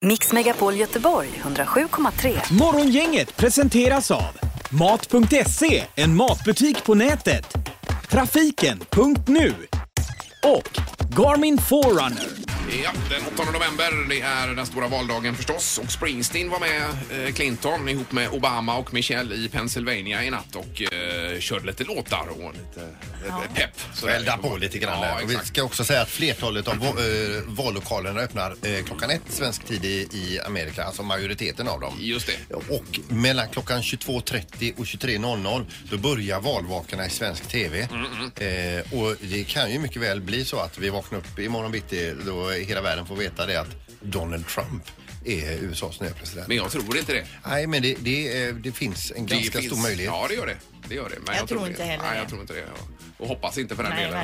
Mix Megapol Göteborg 107,3. Morgongänget presenteras av Mat.se, en matbutik på nätet. Trafiken.nu och Garmin Forerunner. Ja, den 8 november, det är den stora valdagen förstås. Och Springsteen var med Clinton ihop med Obama och Michelle i Pennsylvania i natt och körde lite låtar och lite pepp. Så elda på lite grann där. Och vi ska också säga att flertalet av vallokalerna öppnar klockan 1 svensk tid i Amerika, alltså majoriteten av dem. Just det. Och mellan klockan 22.30 och 23.00 då börjar valvakarna i svensk tv. Och det kan ju mycket väl bli så att vi vaknar upp imorgon bitti då hela världen får veta det att Donald Trump är USAs nya president. Men jag tror inte det. Nej, men det finns en ganska stor möjlighet. Ja, det gör det. Det gör det. Men jag tror inte heller det. Nej, jag tror inte det. Och hoppas inte för den delen.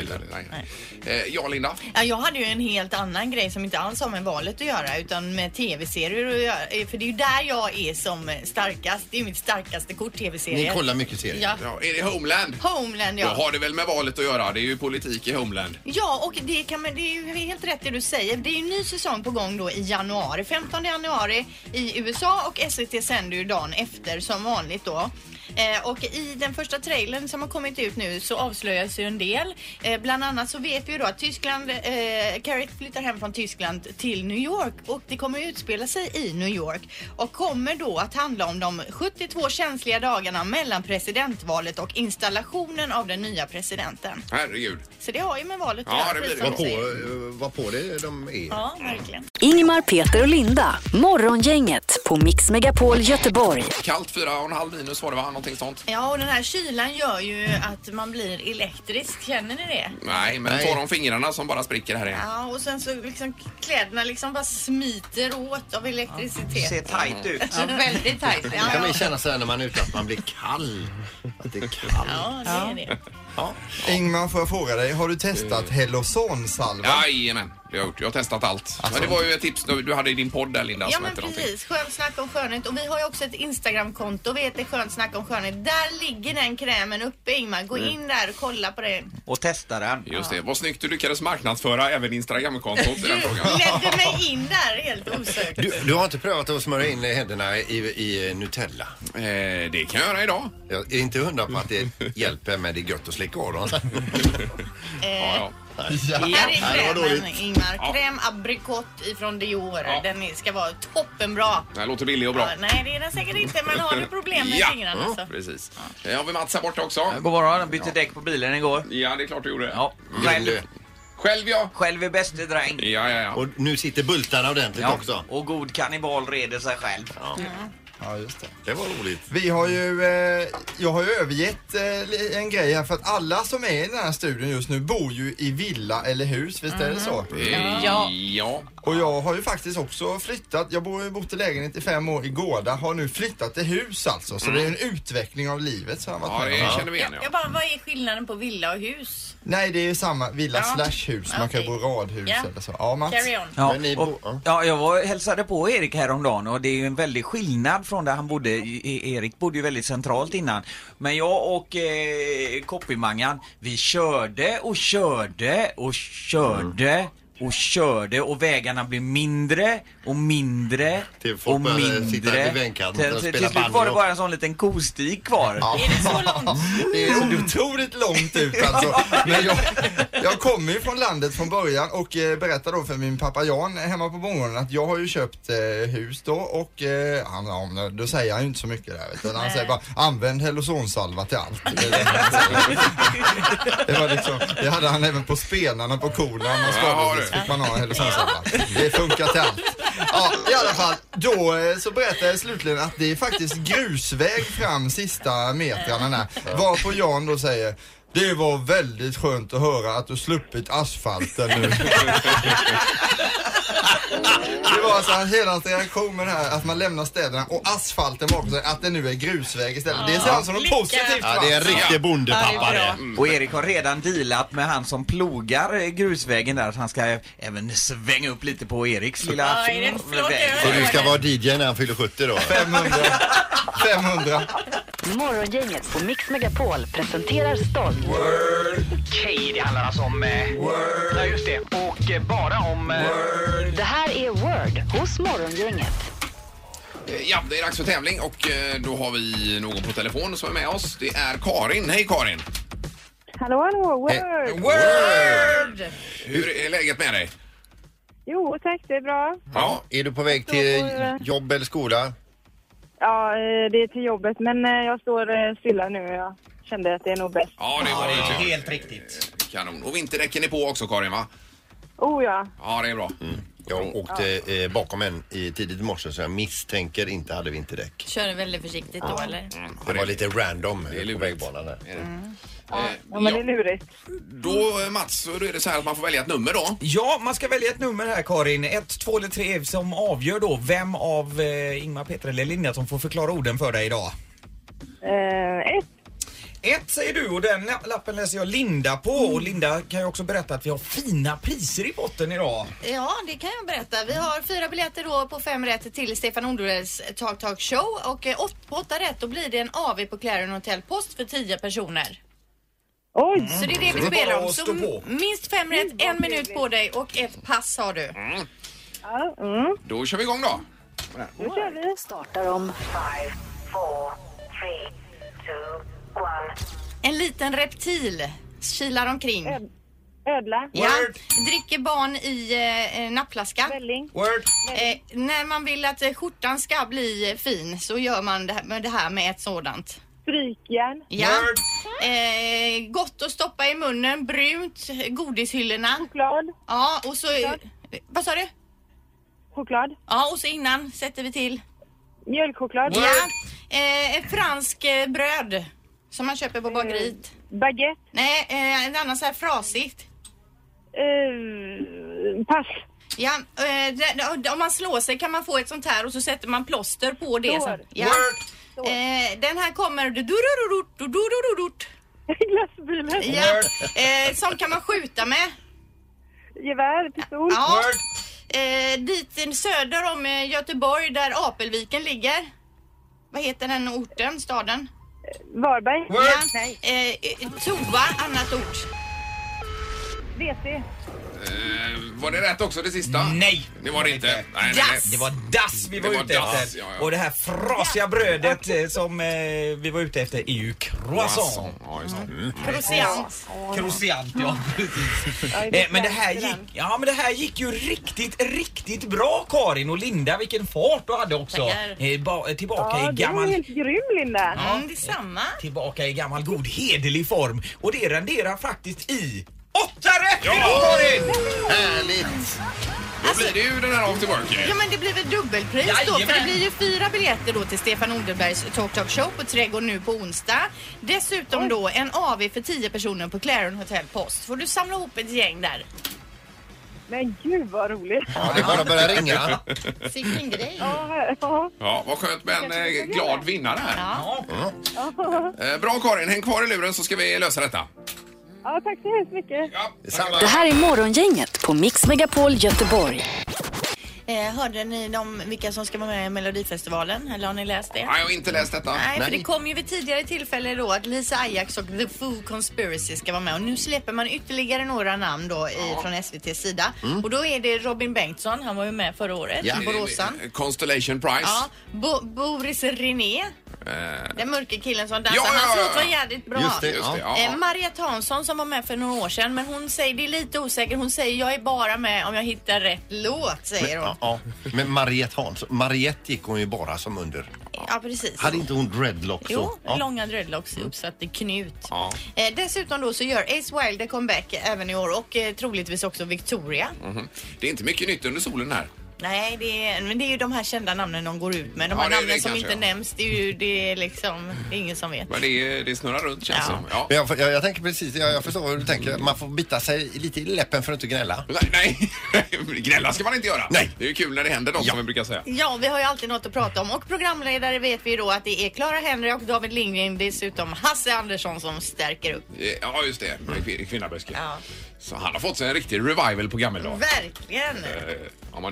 Nej. Ja, Linda? Ja, jag hade ju en helt annan grej som inte alls har med valet att göra utan med tv-serier att göra. För det är ju där jag är som starkast. Det är mitt starkaste kort, tv-serier. Ni kollar mycket serier. Ja, är det Homeland? Homeland, ja. Då har det väl med valet att göra. Det är ju politik i Homeland. Ja, och det är ju helt rätt det du säger. Det är ju en ny säsong på gång då i januari. 15 januari i USA och SVT sänder ju dagen efter som vanligt då. Och i den första trailern som har kommit ut nu så avslöjas ju en del. Bland annat så vet vi ju då att Carrie flyttar hem från Tyskland till New York och det kommer att utspela sig i New York och kommer då att handla om de 72 känsliga dagarna mellan presidentvalet och installationen av den nya presidenten. Herregud. Så det har ju med valet att göra. Vad på det de är. Ja, verkligen. Ingmar, Peter och Linda. Morgongänget på Mix Megapol Göteborg. Kallt 4,5 minus var det, va? Någonting sånt. Ja, och den här kylan gör ju att man blir elektrisk. Känner ni det? Nej, men ta de fingrarna som bara spricker här igen. Ja, och sen så liksom kläderna liksom bara smiter åt av elektricitet. Det ser tajt ut. Ja, väldigt tajt. Det kan man ju känna sig när man är ute att man blir kall. Att det är kallt. Ja, det är det. Ja. Ingmar, får jag fråga dig, har du testat Hellosonsalva? Jajamän, det har jag gjort. Jag har testat allt. Alltså. Men det var ju ett tips du hade i din podd där, Linda. Ja, men precis. Skönt snack om skönhet. Och vi har ju också ett Instagram-konto, vet det, Skönt snack om skönhet. Där ligger den krämen uppe, Ingmar. Gå in där och kolla på den. Och testa den. Just det. Vad snyggt du lyckades marknadsföra även Instagram-kontot i den frågan. Du ledde mig in där helt osökt. Du har inte prövat att smörja in händerna i Nutella? Det kan jag göra idag. Jag är inte 100 på att det hjälper, men det är gött att slicka av dem. Ja. Här är krämen, Ingmar. Kräm aprikot ifrån Dior. Ja. Den ska vara toppenbra. Det låter billig och bra. Ja, nej, det är den säkert inte, men har du problem med fingrarna så. Precis. Har vi Mats här borta också? God morgon, jag bytte däck på bilen igår. Ja, det är klart du gjorde. Ja. Själv, ja. Själv är bäste dräng. Ja. Och nu sitter bultarna ordentligt också. Och god kannibal reder sig själv. Ja, just det. Det var roligt. Vi har ju, jag har ju övergett en grej här för att alla som är i den här studion just nu bor ju i villa eller hus, visst är det så? Ja. Och jag har ju faktiskt också flyttat, jag har ju bott i lägenhet i 5 år i Gårda, har nu flyttat till hus alltså, så det är en utveckling av livet så det känner vi igen, Jag bara, vad är skillnaden på villa och hus? Nej, det är ju samma villa slash hus, man kan bo i radhus eller så. Ja, Mats. Carry on. Jag hälsade på Erik häromdagen och det är ju en väldig skillnad från där han bodde. Erik bodde ju väldigt centralt innan. Men jag och Koppimangan, vi körde och vägarna blir mindre och mindre och mindre. Till slut var det bara en sån liten kostig kvar. Ja. Är det så långt? Det är otroligt långt ut alltså. Men jag kommer ju från landet från början och berättade då för min pappa Jan hemma på Bångården att jag har ju köpt hus då och då säger han ju inte så mycket där. Vet du. Han säger bara, använd Hellosonsalva till allt. Det var liksom, det hade han även på spenarna på kolan och fick man ha Hellosonsalva. Det funkar till allt. Ja, i alla fall, då så berättade jag slutligen att det är faktiskt grusväg fram sista metrarna där. Varpå Jan då säger, det var väldigt skönt att höra att du sluppit asfalten nu. Det var alltså hela hans reaktion med det här att man lämnar städerna och asfalten bakom sig, att det nu är grusväg istället. Det ser han som något positivt. Ja, det är en riktig bondepappa det. Och Erik har redan dealat med han som plogar grusvägen där, att han ska även svänga upp lite på Eriks lilla väg. Så du ska vara DJ när han fyller 70 då? 500. Morgongänget på Mix Megapol presenterar stolt. Okej, det handlar alltså om... Ja, just det. Och bara om... Det här är Word hos Morgongänget. Ja, det är dags för tävling och då har vi någon på telefon som är med oss. Det är Karin. Hej Karin! Hallå, Word! Word! Hur är läget med dig? Jo, tack, det är bra. Ja, är du på väg till jobb eller skola? Ja, det är till jobbet, men jag står stilla nu. Jag kände att det är nog bäst. Ja, det var det. Helt riktigt. Kanon. Och vinterdäcken är på också, Karin, va? Oh ja. Ja, det är bra. Jag åkte bakom en tidigt i morse så jag misstänker inte hade vinterdäck. Kör väldigt försiktigt då, eller? Det var lite random är på vägbanan där. Ja, men det är lurigt. Då, Mats, då är det så här att man får välja ett nummer då. Ja, man ska välja ett nummer här, Karin. 1, 2 eller 3 som avgör då vem av Ingmar, Peter eller Linda som får förklara orden för dig idag. 1 säger du och den lappen läser jag Linda på. Och Linda kan ju också berätta att vi har fina priser i botten idag. Ja, det kan jag berätta. Vi har 4 biljetter då på 5 rätt till Stefan Nordbergs Talk Show. Och på 8 rätt då blir det en AV på Clarion Hotel Post för 10 personer. Oj! Så det är det vi spelar om. Så minst 5 rätt, 1 minut på dig och ett pass har du. Då kör vi igång då. Nu kör vi. Startar om 5, 4, 3, 2, 1. En liten reptil kilar omkring. Ödla. Ja, dricker barn i nappflaska. Välling. När man vill att skjortan ska bli fin så gör man det här med ett sådant. Strykjärn. Ja. Gott att stoppa i munnen, brunt, godishyllorna. Choklad. Ja, och så... Vad sa du? Choklad. Ja, och så innan sätter vi till... Mjölkchoklad. Ja. Ett fransk bröd som man köper på bageriet. Baguette. Nej, en annan så här frasigt. Pass. Ja, om man slår sig kan man få ett sånt här och så sätter man plåster på det. Sår. Ja. Den här kommer... Glassbilen. Ja. Som kan man skjuta med. Gevär, pistol. Ja. Dit söder om Göteborg där Apelviken ligger. Vad heter den orten, staden? Varberg. Ja. Nej. Toa, annat ord. WC. Var det rätt också det sista? Nej! Det var det inte. Nej. Det var dass vi var Det var ute dass, efter. ja. Och det här frasiga brödet som vi var ute efter är ju croissant. Ja, just det. Croissant. Croissant, ja. Men det här gick ju riktigt bra, Karin och Linda. Vilken fart du hade också. Tillbaka i gammal... du är helt grym, Linda. Detsamma. Tillbaka i gammal god hederlig form. Och det renderar faktiskt i 8 rätt idag, Karin! Härligt! Då blir det ju den här after work. Ja, men det blir väl dubbelpris då, för det blir ju 4 biljetter då till Stefan Nordbergs Talk Show på Trädgården nu på onsdag. Dessutom då en AV för 10 personer på Clarion Hotel Post. Får du samla ihop ett gäng där? Men gud vad roligt. Ja, det är bara att börja ringa. Vilken grej. Ja, vad skönt med en glad vinnare här. Ja. Bra Karin, häng kvar i luren så ska vi lösa detta. Ja, tack så hemskt mycket. Ja, Det här är Morgongänget på Mix Megapol Göteborg. Hörde ni vilka som ska vara med i Melodifestivalen? Eller har ni läst det? Nej, jag har inte läst detta. Nej, för det kom ju vid tidigare tillfälle då att Lisa Ajax och The Foo Conspiracy ska vara med. Och nu släpper man ytterligare några namn då från SVT:s sida. Och då är det Robin Bengtsson, han var ju med förra året i Boråsan. Constellation Prize. Ja, Boris René. Den mörka killen som dansar. Ja. Han ser ut var jävligt bra. Just det, ja. Mariette Hansson som var med för några år sedan. Men hon säger, det är lite osäkert. Hon säger, jag är bara med om jag hittar rätt låt, säger hon. Ja. Men Mariette Hansson, Mariette gick hon ju bara som under. Ja, precis. Hade inte hon dreadlocks? Jo, Ja. långa dreadlocks uppsatt i knut. Ja. Dessutom då så gör Ace Wilder comeback även i år och troligtvis också Victoria. Det är inte mycket nytt under solen här. Nej, men det är ju de här kända namnen de går ut med. De här det är namnen det som kanske, inte nämns, det är ingen som vet. Men det snurrar runt känns som. Ja. Men jag tänker precis, jag förstår vad du tänker. Man får bita sig lite i läppen för att inte gnälla. Nej, gnälla ska man inte göra. Nej. Det är ju kul när det händer något som vi brukar säga. Ja, vi har ju alltid något att prata om. Och programledare vet vi då att det är Clara Henry och David Lindgren. Dessutom Hasse Andersson som stärker upp. Ja, just det. Med Kvinnabösket. Ja. Så han har fått sig en riktig revival på gammeldagen. Verkligen. Om man nu får säga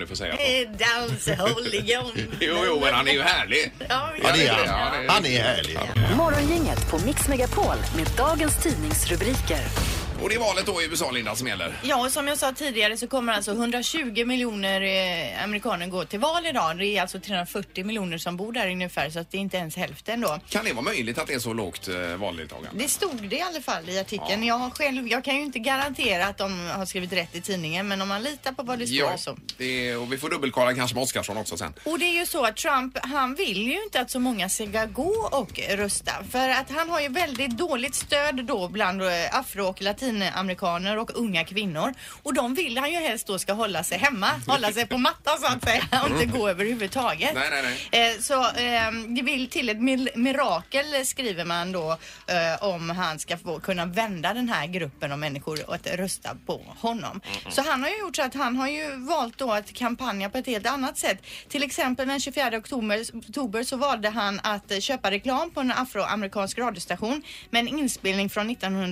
Downs Holy Ghost. Jo, men han är ju härlig. Ja, det är han. Han är härlig. Morgongänget på Mix Megapol med dagens tidningsrubriker. Och det är valet då i USA, Linda, som gäller. Ja, och som jag sa tidigare så kommer alltså 120 miljoner amerikaner gå till val idag. Det är alltså 340 miljoner som bor där ungefär, så att det är inte ens hälften då. Kan det vara möjligt att det är så lågt valdeltagande? Det stod det i alla fall i artikeln. Ja. Jag kan ju inte garantera att de har skrivit rätt i tidningen, men om man litar på vad det står så. Och vi får dubbelkolla kanske med Oskarsson också sen. Och det är ju så att Trump, han vill ju inte att så många ska gå och rösta. För att han har ju väldigt dåligt stöd då bland afro- och latinamerikaner och unga kvinnor. Och de vill han ju helst då ska hålla sig hemma, hålla sig på mattan så att säga, och inte gå överhuvudtaget. Nej. Så det vill till ett mirakel, skriver man då, om han ska kunna vända den här gruppen av människor och att rösta på honom. Så han har ju gjort så att han har ju valt då att kampanja på ett helt annat sätt. Till exempel den 24 oktober så valde han att köpa reklam på en afroamerikansk radiostation med en inspelning från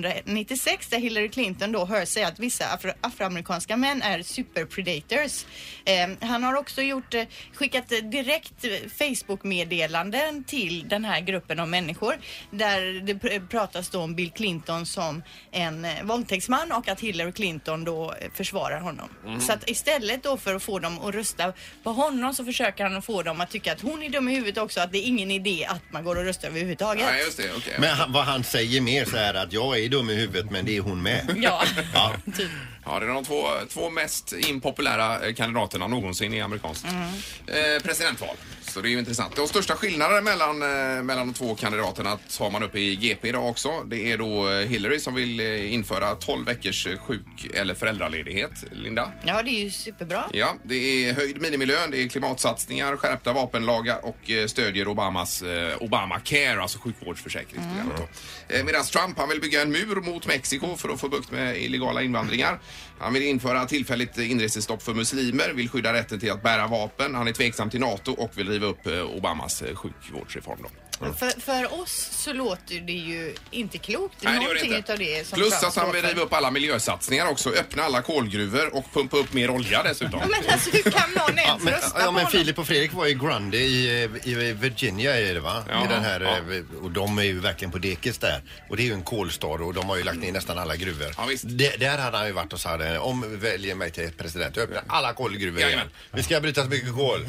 1996 där Hillary Clinton då hör sig att vissa afroamerikanska män är superpredators. Han har också skickat direkt Facebook-meddelanden till den här gruppen av människor där det pratas då om Bill Clinton som en våldtäktsman och att Hillary Clinton då försvarar honom. Så att istället då för att få dem att rösta på honom så försöker han att få dem att tycka att hon är dum i huvudet också, att det är ingen idé att man går och röstar överhuvudtaget. Nej, just det, okay. Men vad han säger mer så är att jag är dum i huvudet, men det är hon med. Ja. Typ. Ja, det är de två mest impopulära kandidaterna någonsin i amerikanskt presidentval. Så det är ju intressant. De största skillnaderna mellan de två kandidaterna tar man upp i GP idag också. Det är då Hillary som vill införa 12 veckors sjuk- eller föräldraledighet, Linda. Ja, det är ju superbra. Ja, det är höjd minimilön, det är klimatsatsningar, skärpta vapenlagar och stödjer Obamas Obamacare, alltså sjukvårdsförsäkringsprogrammet. Medan Trump, han vill bygga en mur mot Mexiko för att få bukt med illegala invandringar. Han vill införa tillfälligt inresestopp för muslimer, vill skydda rätten till att bära vapen. Han är tveksam till NATO och vill riva upp Obamas sjukvårdsreform då. För oss så låter det ju inte klokt. Nej, det gör det inte. Av det som plus att han vill riva upp alla miljösatsningar också, öppna alla kolgruvor och pumpa upp mer olja dessutom. Men alltså hur kan någon ens rösta på men Filip och Fredrik var i Grundy i Virginia är det va? Ja, I den här, och de är ju verkligen på dekis där. Och det är ju en kolstad och de har ju lagt ner nästan alla gruvor. Ja, visst. Där hade han ju varit och sa det, om väljer mig till president, öppna alla kolgruvor igen. Vi ska bryta så mycket kol.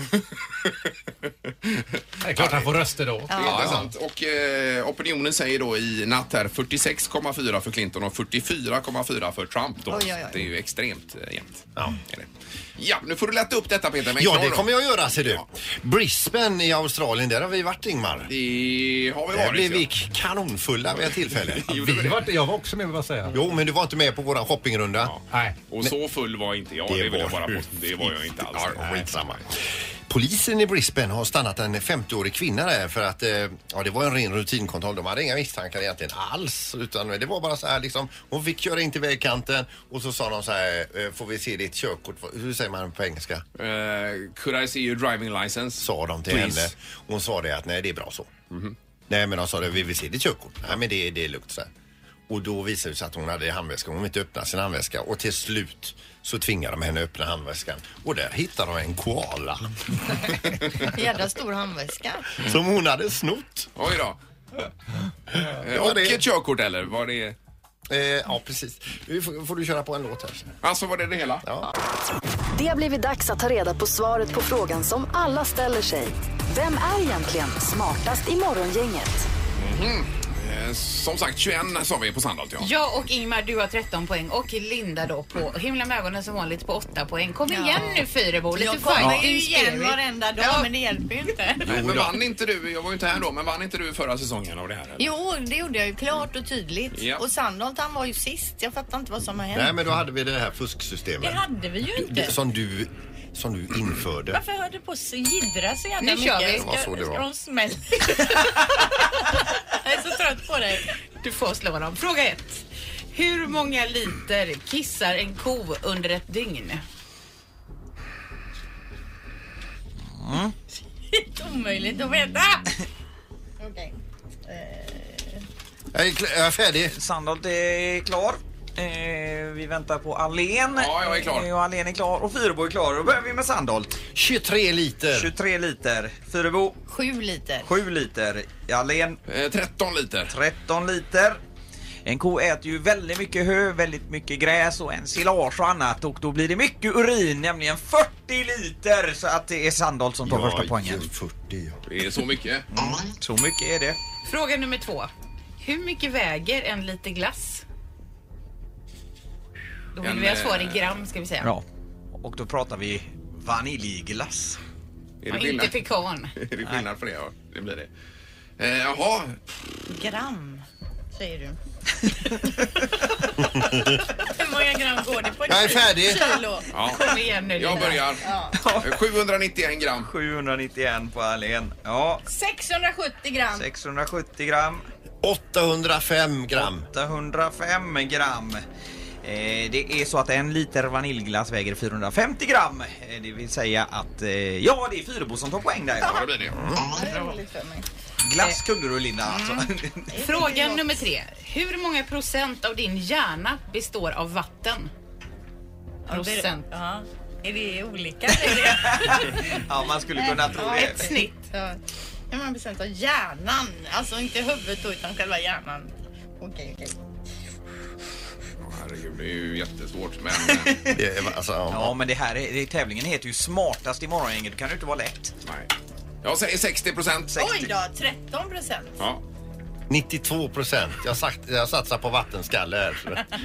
Det är klart han får röster då. Ja, det är sant. Och opinionen säger då i natt här 46,4 för Clinton och 44,4 för Trump då. Oj. Det är ju extremt jämnt. Ja. Ja, nu får du lätta upp detta Peter. Ja, det kommer jag göra, ser du. Brisbane i Australien, där har vi varit, Ingmar. Det har vi Där varit. blev vi kanonfulla vid ett tillfälle. Jag var också med, vad säger jag? Jo, men du var inte med på våran shoppingrunda. Ja. Nej. Och så full var inte jag. Det vill jag bara på. Det var jag inte alls. Ja, skitsamma. Polisen i Brisbane har stannat en 50-årig kvinna där för att det var en ren rutinkontroll. De hade inga misstankar egentligen alls, utan det var bara så här liksom, hon fick köra in till vägkanten och så sa de så här, får vi se ditt körkort? Hur säger man på engelska? Could I see your driving license? Sa de till henne. Hon sa det att nej, det är bra så. Nej, men de sa det, vi vill se ditt körkort. Nej, men det är lugnt så här. Och då visade det sig att hon hade handväska. Hon inte öppna sin handväska. Och till slut så tvingade de henne att öppna handväskan. Och där hittade de en koala. Jävla stor handväska. Som hon hade snott. Oj då. Och ett körkort eller? Var det... Ja, precis. Nu får du köra på en låt här. Alltså var det hela? Ja. Det har blivit dags att ta reda på svaret på frågan som alla ställer sig. Vem är egentligen smartast i morgongänget? Som sagt, 21 sa vi på Sandholt, ja. Ja, och Ingmar, du har 13 poäng. Och Linda då på himla med ögonen som vanligt på 8 poäng. Kom igen nu, Fyrebo. Lite kommer ju igen varenda dag, men det hjälper ju inte. Nej, men vann inte du, jag var ju inte här då, men vann inte du förra säsongen av det här? Eller? Jo, det gjorde jag ju klart och tydligt. Ja. Och Sandholt, han var ju sist. Jag fattar inte vad som har hänt. Nej, men då hade vi det här fusksystemet. Det hade vi ju inte. Som du införde. Varför hörde på så jiddra så jävla nu mycket? Kör vi. Det var så det var. Ska de smälla? Jag är så trött på dig. Du får slå dem. Fråga 1. Hur många liter kissar en ko under ett dygn? Det är omöjligt att veta. Okej. Jag är färdig. Sandholt är klar. Vi väntar på Alén. Ja, jag är klar. Och Alén är klar och Fyrebo är klar. Då börjar vi med Sandholt. 23 liter. 23 liter. Fyrebo? 7 liter. 7 liter. Alen? 13 liter. 13 liter. En ko äter ju väldigt mycket hö, väldigt mycket gräs och en silage och annat. Och då blir det mycket urin, nämligen 40 liter. Så att det är Sandholt som tar första poängen. 40, ja. Det är så mycket. Så mycket är det. Fråga nummer 2. Hur mycket väger en liter glass? Då vill vi ha svar i gram, ska vi säga. Ja, och då pratar vi vaniljglass. Är det inte pekan. Är det skillnad för det? Ja, det blir det. Jaha. Gram, säger du. Hur många gram går det på? Jag är färdig. Kilo. Ja. Kom igen nu. Jag börjar. Ja. 791 gram. 791 på Alen. Ja. 670 gram. 670 gram. 805 gram. 805 gram. Det är så att en liter vaniljglass väger 450 gram. Det vill säga att, ja, det är Fyrebo som tar poäng där. Ja, det blir det. Det är roligt för mig. Glass kunde du, Linda, alltså. Fråga nummer 3. Hur många procent av din hjärna består av vatten? Procent. Ja. Är det olika? Är det? Ja, man skulle kunna tro det. Ett snitt. Ja. Hur många procent av hjärnan? Alltså inte huvudet då, utan själva hjärnan. Okej. Herregud, det är ju jättesvårt, men... Alltså, Ja, men det här tävlingen heter ju Smartast i morgongänget. Det kan ju inte vara lätt. Nej. Jag säger 60%. Oj då, 13%. Ja. 92%. Jag satsar på vattenskalle.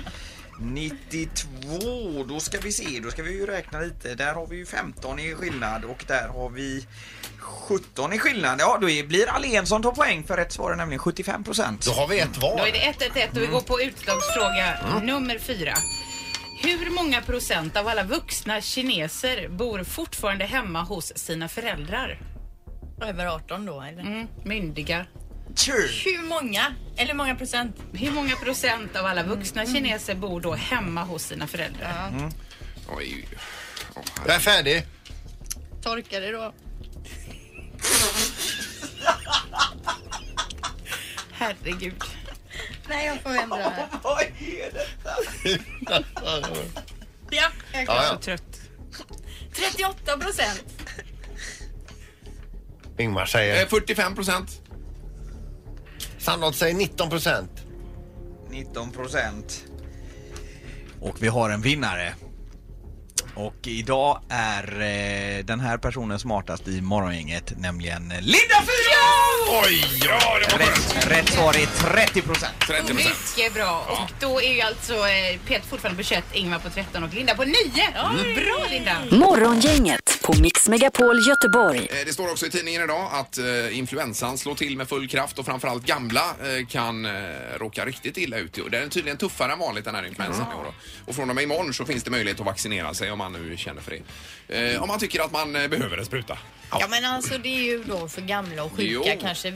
92, då ska vi se. Då ska vi ju räkna lite. Där har vi ju 15 i skillnad och där har vi 17 i skillnad. Ja, då blir Alen som tar poäng för rätt svar är nämligen 75%. Då har vi ett var. Då är det 1-1-1 och vi går på utslagsfråga nummer 4. Hur många procent av alla vuxna kineser bor fortfarande hemma hos sina föräldrar? Över 18 då, eller? Myndiga. Hur många? Eller hur många procent? Hur många procent av alla vuxna kineser bor då hemma hos sina föräldrar? Oj. Jag är färdig. Torka det då. Herregud. Nej, jag får ändra här. Vad är detta? Ja, jag är klar. Så trött. 38%. Ingmar säger 45%. Sandholt säger 19%. 19%. Och vi har en vinnare. Och idag är den här personen smartast i morgongänget, nämligen Linda Fyrebo! Oj, ja, det var Rätt svar är 30%. 30%. Mycket bra. Och då är ju alltså Peter fortfarande på 21, Ingmar på 13 och Linda på 9. Bra, Linda! Morgongänget på Mix Megapol Göteborg. Det står också i tidningen idag att influensan slår till med full kraft och framförallt gamla kan råka riktigt illa ut. Den är tydligen tuffare än vanligt, den här influensan i år. Och från och med imorgon så finns det möjlighet att vaccinera sig om man nu känner för det. Om man tycker att man behöver en spruta. Ja, men alltså det är ju då för gamla och sjuka kanske.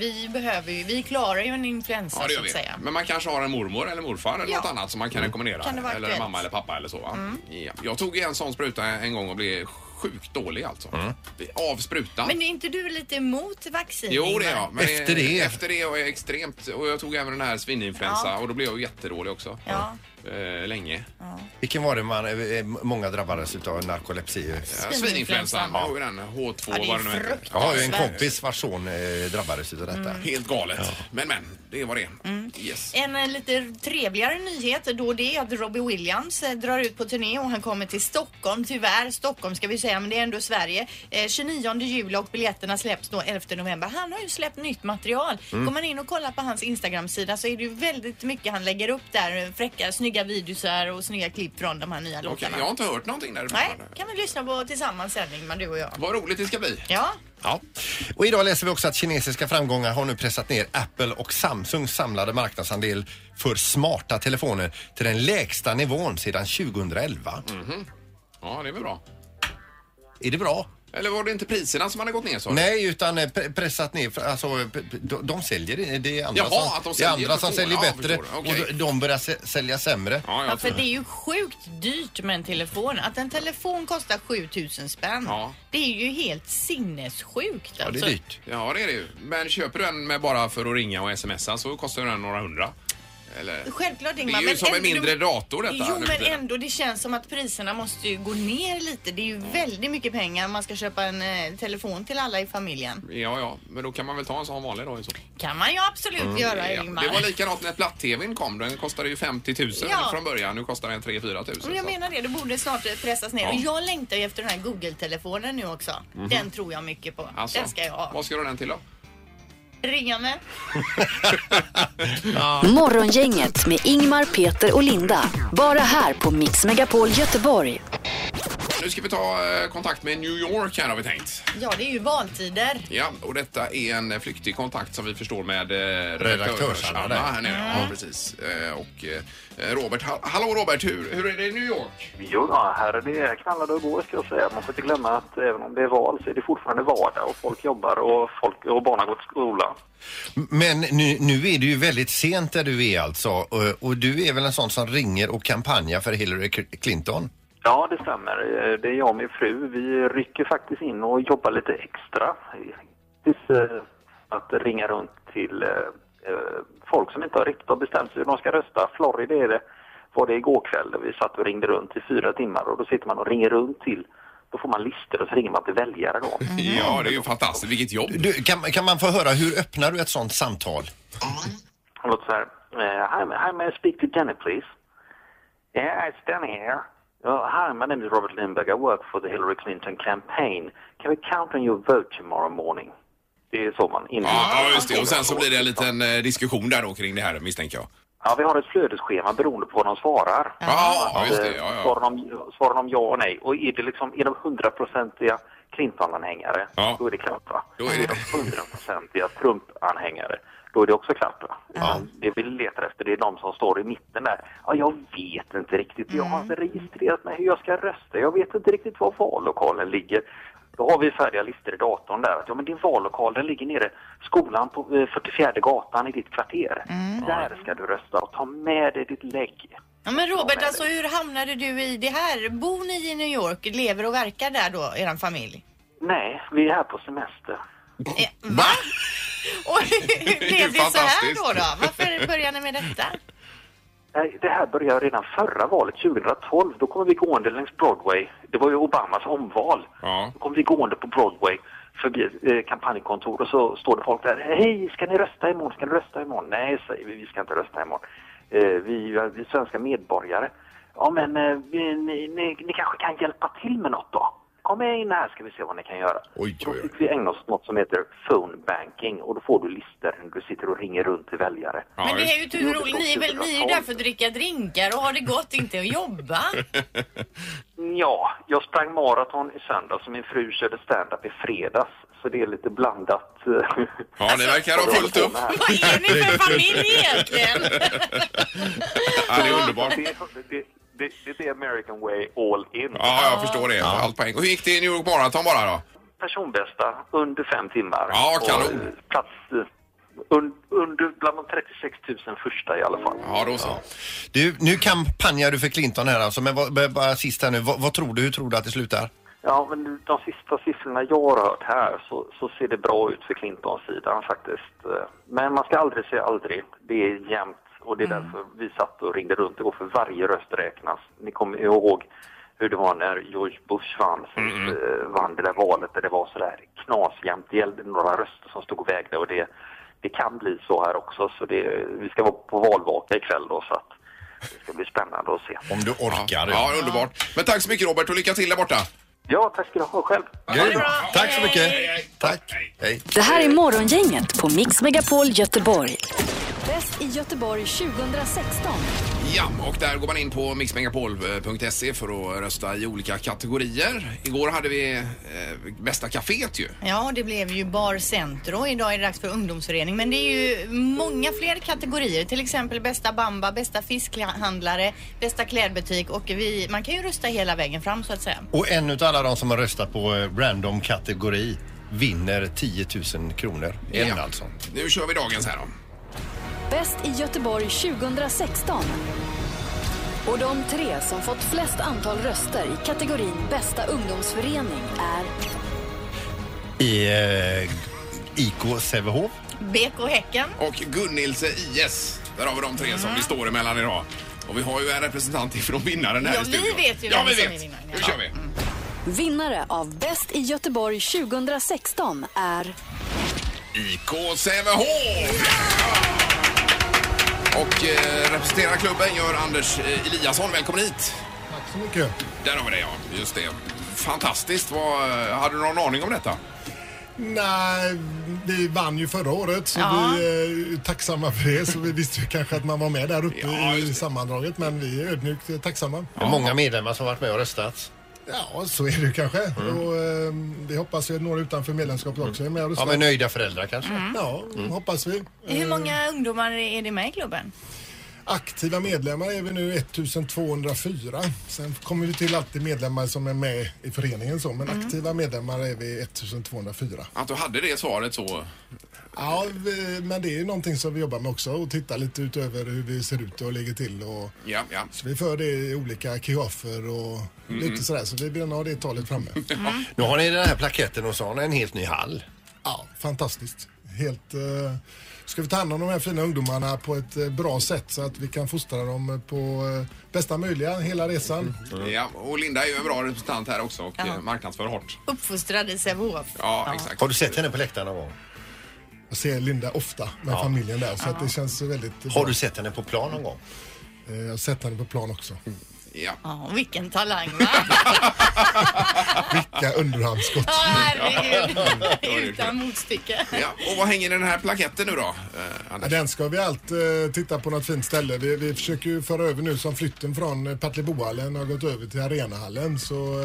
Vi klarar ju en influensa så att säga. Men man kanske har en mormor eller morfar eller något annat som man kan rekommendera. Kan det vara eller aktuellt? mamma eller pappa eller så. Va? Ja. Jag tog en sån spruta en gång och blev sjukt dålig alltså. Av sprutan. Men är inte du lite emot vaccin? Jo, det är jag. Men Efter det? Efter det är jag extremt. Och jag tog även den här svininfluensa och då blev jag jättedålig också. Ja. Länge. Vilken var det många drabbades utav narkolepsi? Svininfluensan. Ja. Och den H2 var det nu heter. Jag har ju en kompis vars son drabbades utav detta. Helt galet. Ja. Men det var det. Yes. En lite trevligare nyhet då det är att Robbie Williams drar ut på turné och han kommer till Stockholm. Tyvärr Stockholm ska vi säga, men det är ändå Sverige. 29 juli och biljetterna släpps då 11 november. Han har ju släppt nytt material. Går man in och kollar på hans Instagram-sida så är det ju väldigt mycket han lägger upp där. Fräcka, snygga videosar och snygga klipp från de här nya låtarna. Jag har inte hört någonting därifrån. Nej, kan vi lyssna på tillsammans sändning, men du och jag. Vad roligt det ska bli. Ja. Och idag läser vi också att kinesiska framgångar har nu pressat ner Apple och Samsungs samlade marknadsandel för smarta telefoner till den lägsta nivån sedan 2011. Ja, det är väl bra. Är det bra? Eller var det inte priserna som hade gått ner så? Nej, utan pressat ner. Alltså, de säljer det är andra Jaha, som, att de det är andra som säljer säljer bättre okay. och de börjar sälja sämre. Ja, för det är ju sjukt dyrt med en telefon. Att en telefon kostar 7000 spänn. Ja. Det är ju helt sinnessjukt. Ja, det är dyrt. Ja, det är det ju. Men köper du den med bara för att ringa och smsa så kostar den några hundra. Eller? Självklart, Det Ingmar, är ju som en mindre dator detta. Jo, men ändå, det känns som att priserna måste ju gå ner lite. Det är ju väldigt mycket pengar om man ska köpa en telefon till alla i familjen. Ja, men då kan man väl ta en sån vanlig då. Så. Kan man ju absolut göra, Ingmar. Det var likadant när platt-tvn kom. Den kostade ju 50 000 från början. Nu kostar den 3-4 000. Jag menar det borde snart pressas ner. Ja. Och jag längtar ju efter den här Google-telefonen nu också. Den tror jag mycket på. Alltså, den ska jag ha. Vad ska du den till då? Ringa med. Morgongänget med Ingmar, Peter och Linda. Bara här på Mix Megapol Göteborg. Nu ska vi ta kontakt med New York här har vi tänkt. Ja, det är ju valtider. Ja, och detta är en flyktig kontakt som vi förstår med redaktörs-Anna här nere. Ja, precis. Och Robert, hallå Robert, hur är det i New York? Jo då, här är det knallade och går ska jag säga. Man får inte glömma att även om det är val så är det fortfarande vardag och folk jobbar och barnen går till skolan. Men nu är det ju väldigt sent där du är alltså. Och du är väl en sån som ringer och kampanjar för Hillary Clinton? Ja, det stämmer. Det är jag och min fru. Vi rycker faktiskt in och jobbar lite extra. Att ringa runt till folk som inte har riktigt bestämt sig hur de ska rösta. Florida var det igår kväll. Vi satt och ringde runt i 4 timmar och då sitter man och ringer runt till. Då får man listor och så ringer man till väljare då. Ja, det är ju fantastiskt. Vilket jobb. Kan man få höra, hur öppnar du ett sånt samtal? Låt så här. Hi, may I speak to Jenny, please? Yeah, it's Danny here. Hi, my name is Robert Lindberg. I work for the Hillary Clinton campaign. Can we count on your vote tomorrow morning? Det är så man innan. Ja, just det. Och sen så blir det en liten diskussion där då kring det här, misstänker jag. Ja, vi har ett flödesschema beroende på vad de svarar. Ja, just det. Ja. Svarar de ja och nej. Och är de 100-procentiga Clinton-anhängare, då är det klart, va? Då är de 100-procentiga Trump-anhängare. Då är det också klart. Det vi letar efter, det är de som står i mitten där. Ja, jag vet inte riktigt. Jag har inte registrerat mig hur jag ska rösta. Jag vet inte riktigt var vallokalen ligger. Då har vi färdiga listor i datorn där. Ja, men din vallokal, den ligger nere skolan på 44 gatan i ditt kvarter. Där ska du rösta och ta med dig ditt lägg. Ja, men Robert, alltså hur hamnade du i det här? Bor ni i New York, lever och verkar där då, er familj? Nej, vi är här på semester. Va? Och hur blev det så här då? Varför började ni med detta? Det här började redan förra valet, 2012. Då kom vi gående längs Broadway. Det var ju Obamas omval. Då kom vi gående på Broadway förbi kampanjkontor och så står det folk där. Hej, ska ni rösta imorgon? Ska ni rösta imorgon? Nej, säger vi ska inte rösta imorgon. Vi är svenska medborgare. Ja, men ni kanske kan hjälpa till med något då? Kom med in här ska vi se vad ni kan göra. Då fick vi ägna oss åt något som heter phone banking och då får du listor när du sitter och ringer runt till väljare. Men det är ju tur roligt. Ni är ju där för att dricka drinkar och har det gott, inte att jobba. Ja, jag sprang maraton i söndag så min fru körde stand-up i fredags. Så det är lite blandat. Ja, det verkar ha fullt upp. Vad är ni för familj egentligen? Ja, det är underbart. Det är American way all in. Ja, jag förstår det. Allt poäng. Och hur gick det i New York Marathon bara då? Personbästa under 5 timmar. Ja, kanon. Och plats under bland de 36 000 första i alla fall. Ja, då så. Du, nu kampanjar du för Clinton här alltså, men bara sist här nu. Vad tror du? Hur tror du att det slutar? Ja, men de sista siffrorna jag har hört här så ser det bra ut för Clinton-sidan faktiskt. Men man ska aldrig säga aldrig. Det är jämnt. Och det är därför vi satt och ringde runt och för varje röst räknas. Ni kommer ihåg hur det var när George Bush vann det där valet där det var sådär knasjämnt. Det gällde några röster som stod och vägde och det kan bli så här också. Så vi ska vara på valvaka ikväll då så att det ska bli spännande att se. Om du orkar. Ja, underbart. Men tack så mycket Robert och lycka till där borta. Ja, tack ska du ha själv. Tack så mycket. Tack. Hej. Det här är Morgongänget på Mix Megapol Göteborg. Bäst i Göteborg 2016. Ja, och där går man in på mixmegapol.se för att rösta i olika kategorier. Igår hade vi bästa kaféet ju. Ja, det blev ju Bar Centro. Idag är det dags för ungdomsförening. Men det är ju många fler kategorier. Till exempel bästa bamba, bästa fiskhandlare, bästa klädbutik. Och man kan ju rösta hela vägen fram så att säga. Och en av alla de som har röstat på random kategori vinner 10 000 kronor. Alltså. Nu kör vi dagens här då. Bäst i Göteborg 2016. Och de 3 som fått flest antal röster i kategorin bästa ungdomsförening är IK Sävehof, BK Häcken och Gunnilse IS. Där har vi de tre som vi står emellan idag. Och vi har ju en representant ifrån vinnaren här i studion. Vi vet ju ja, vi som vet. är vinnaren. Nu kör vi. Vinnare av Bäst i Göteborg 2016 är IK Sävehof! Och representerar klubben gör Anders Eliasson. Välkommen hit. Tack så mycket. Där har vi det, ja. Just det. Fantastiskt. Hade du någon aning om detta? Nej, vi vann ju förra året så vi är tacksamma för det. Så vi visste ju kanske att man var med där uppe i sammandraget. Men vi är ödmjukt tacksamma. Det är många medlemmar som varit med och röstat. Ja, så är det ju kanske. Och vi hoppas att några utanför medlemskapet också är med och röstar. Ja, men nöjda föräldrar kanske. Ja, hoppas vi. Hur många ungdomar är det med i klubben? Aktiva medlemmar är vi nu 1204. Sen kommer vi till alltid medlemmar som är med i föreningen så. Men aktiva medlemmar är vi 1204. Att du hade det svaret så... Ja, men det är ju någonting som vi jobbar med också och tittar lite utöver hur vi ser ut och lägger till. Och så vi för det i olika kiofer och lite sådär. Så vi vill ha det talet framme. Nu har ni den här plaketten och så har ni en helt ny hall. Ja, fantastiskt. Helt... Ska vi ta hand om de här fina ungdomarna på ett bra sätt så att vi kan fostra dem på bästa möjliga hela resan. Ja, och Linda är ju en bra representant här också och marknadsför hårt. Uppfostrad i Sävehof. Ja, exakt. Har du sett henne på läktaren någon gång? Jag ser Linda ofta med familjen där så att det känns väldigt bra. Har du sett henne på plan någon gång? Jag har sett henne på plan också. Ja. Vilken talang, va? Vilka underhandsskott. Herregud. Utan motstycke. Ja, och vad hänger den här plaketten nu då, Anders? Den ska vi alltid titta på något fint ställe. Vi försöker ju föra över nu som flytten från Partlibohallen har gått över till Arenahallen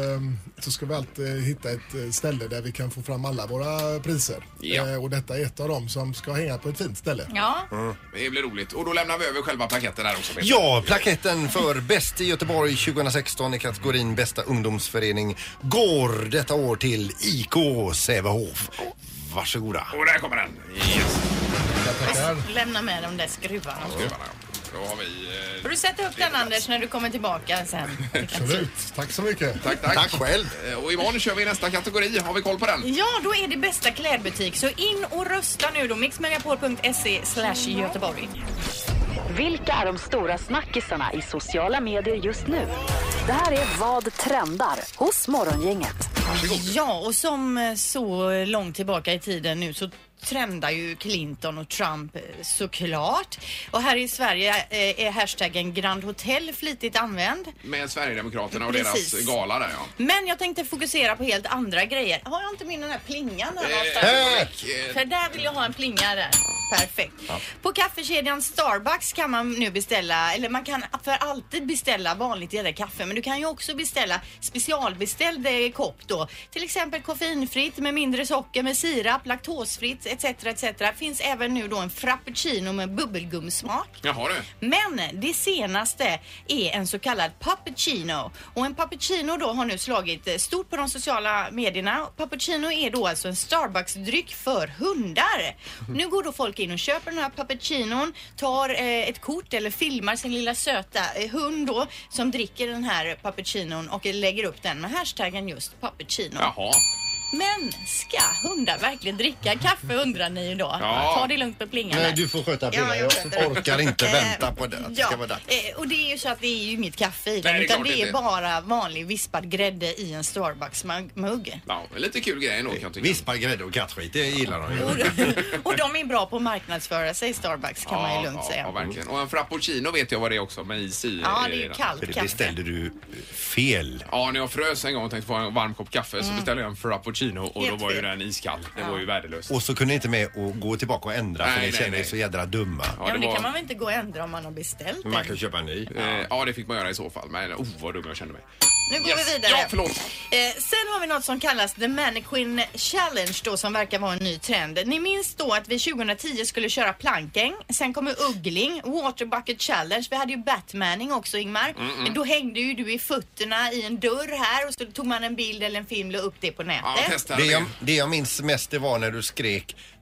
så ska vi alltid hitta ett ställe där vi kan få fram alla våra priser. Och detta är ett av dem som ska hänga på ett fint ställe. Ja. Det blir roligt. Och då lämnar vi över själva plaketten här också. Peter. Ja, plaketten för Bäst i Göteborg 2016 i kategorin Bästa ungdomsförening går detta år till IK Sävehof. Varsågoda. Och där kommer den. Yes. Lämna med de där skruvarna. Då har vi... Får du sätta upp den, Anders, när du kommer tillbaka sen? Absolut. Tack så mycket. Tack själv. Och imorgon kör vi nästa kategori. Har vi koll på den? Ja, då är det bästa klädbutik. Så in och rösta nu då. mixmegapol.se/Göteborg. Vilka är de stora snackisarna i sociala medier just nu? Det här är Vad trendar hos Morgongänget. Ja, och som så långt tillbaka i tiden nu så trendar ju Clinton och Trump såklart. Och här i Sverige är hashtaggen Grand Hotel flitigt använd. Med Sverigedemokraterna och deras gala där, ja. Men jag tänkte fokusera på helt andra grejer. Har jag inte min den här plingan där någonstans? För där vill jag ha en plinga där. Perfekt. Ja. På kaffekedjan Starbucks kan man nu beställa, eller man kan för alltid beställa vanligt jävla kaffe, men du kan ju också beställa specialbeställd kopp då. Till exempel koffeinfritt med mindre socker, med sirap, laktosfritt etc. Finns även nu då en frappuccino med bubbelgumsmak. Jaha du. Men det senaste är en så kallad puppuccino. Och en puppuccino då har nu slagit stort på de sociala medierna. Puppuccino är då alltså en Starbucks-dryck för hundar. Nu går då folk in och köper den här puppuccinon, tar ett kort eller filmar sin lilla söta hund då som dricker den här puppuccinon och lägger upp den med hashtaggen just puppuccino. Jaha. Men ska hundar verkligen dricka kaffe, undrar ni idag? Ja. Ta det lugnt med plingan. Nej, du får sköta plingan. Jag orkar inte vänta på det. Ja. Och det är ju så att det är ju inget kaffe i den, utan det är bara vanlig vispad grädde i en Starbucks-mugg. Ja, lite kul grej ändå, kan jag tycka. Vispad grädde och kattskit, det gillar de ju. Och de är bra på att marknadsföra sig, Starbucks, kan man ju lugnt säga. Ja, verkligen. Och en frappuccino vet jag vad det är också, med is i. Ja, det är ju kallt kaffe. kaffe. Beställde du fel? Ja, när jag frös en gång och tänkte få en varm kopp kaffe så beställde jag en frappuccino och helt då var ju den iskall. Det var ju värdelöst. Och så kunde ni inte med och gå tillbaka och ändra för ni känner er så jädra dumma. Ja, men det kan man väl inte gå och ändra om man har beställt den. Man kan köpa en ny. Ja, det fick man göra i så fall. Men vad dum jag kände mig. Nu går vi vidare. Ja, förlåt. Sen har vi något som kallas The Mannequin Challenge då, som verkar vara en ny trend. Ni minns då att vi 2010 skulle köra planking. Sen kommer uggling, Water Bucket Challenge. Vi hade ju Batmaning också, Ingmar. Då hängde ju du i fötterna i en dörr här och så tog man en bild eller en film och upp det på nätet. Det jag minns mest det var när du skrek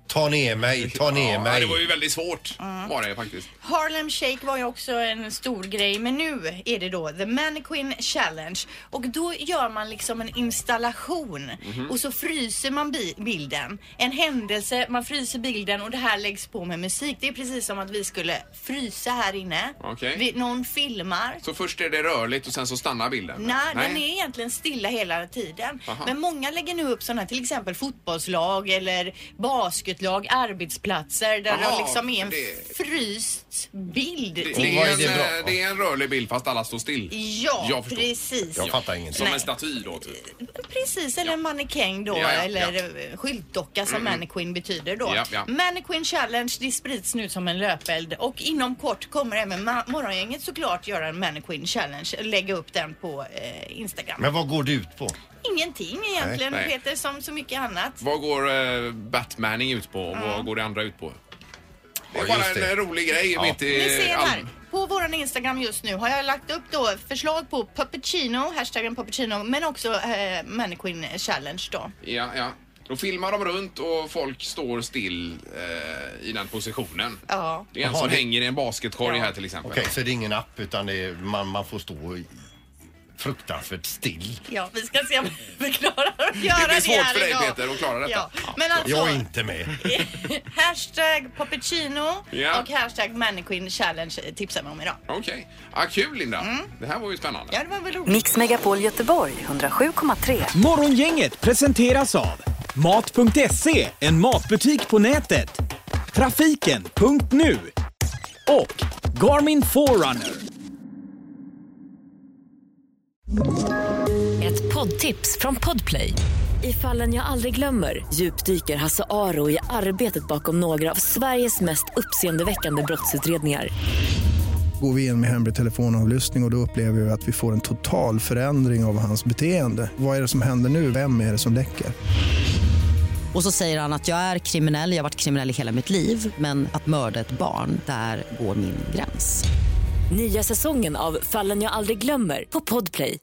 Ta ner mig. Ja, det var ju väldigt svårt var det faktiskt. Harlem Shake var ju också en stor grej, men nu är det då The Mannequin Challenge. Och då gör man liksom en installation och så fryser man bilden. En händelse, man fryser bilden och det här läggs på med musik. Det är precis som att vi skulle frysa här inne. Någon filmar. Så först är det rörligt och sen så stannar bilden? Nej, den är egentligen stilla hela tiden. Men många lägger nu upp sådana, till exempel fotbollslag eller basketlag, arbetsplatser där det liksom är en fryst bild. Det är en rörlig bild fast alla står still. Ja, precis. Jag fattar ingenting. Som en staty då typ. Precis, eller en mannekäng då, eller skyltdocka som mannequin betyder då. Mannequin Challenge, det sprids nu som en löpeld och inom kort kommer även morgongänget såklart göra en Mannequin Challenge, lägga upp den på Instagram. Men vad går det ut på? Ingenting egentligen, Peter, som så mycket annat. Vad går Batmaning ut på och vad går det andra ut på? Det är bara en rolig grej mitt i... Ni ser här, på våran Instagram just nu har jag lagt upp då förslag på Puppuccino, hashtaggen Puppuccino, men också Mannequin Challenge då. Ja. Då filmar de runt och folk står still i den positionen. Ja. Det är en som hänger i en basketkorg här till exempel. Okej, så det är ingen app utan det är, man får stå fruktansvärt still. Ja, vi ska se om vi klarar att göra det. Det blir svårt för dig idag. Peter att klara detta. Ja. Men alltså, jag är inte med. Hashtag Puppuccino och hashtag Mannequin Challenge tipsar vi om idag. Okej. Kul Linda. Det här var ju spännande. Ja, det var väl roligt. Mix Megapol Göteborg 107,3. Morgongänget presenteras av Mat.se, en matbutik på nätet. Trafiken.nu och Garmin Forerunner. Ett poddtips från Podplay. I Fallen jag aldrig glömmer djupdyker Hasse Aro i arbetet bakom några av Sveriges mest uppseendeväckande brottsutredningar. Går vi in med hemlig telefonavlyssning och då upplever vi att vi får en total förändring av hans beteende. Vad är det som händer nu? Vem är det som läcker? Och så säger han att jag är kriminell, jag har varit kriminell i hela mitt liv. Men att mörda ett barn, där går min gräns. Nya säsongen av Fallen jag aldrig glömmer på Podplay.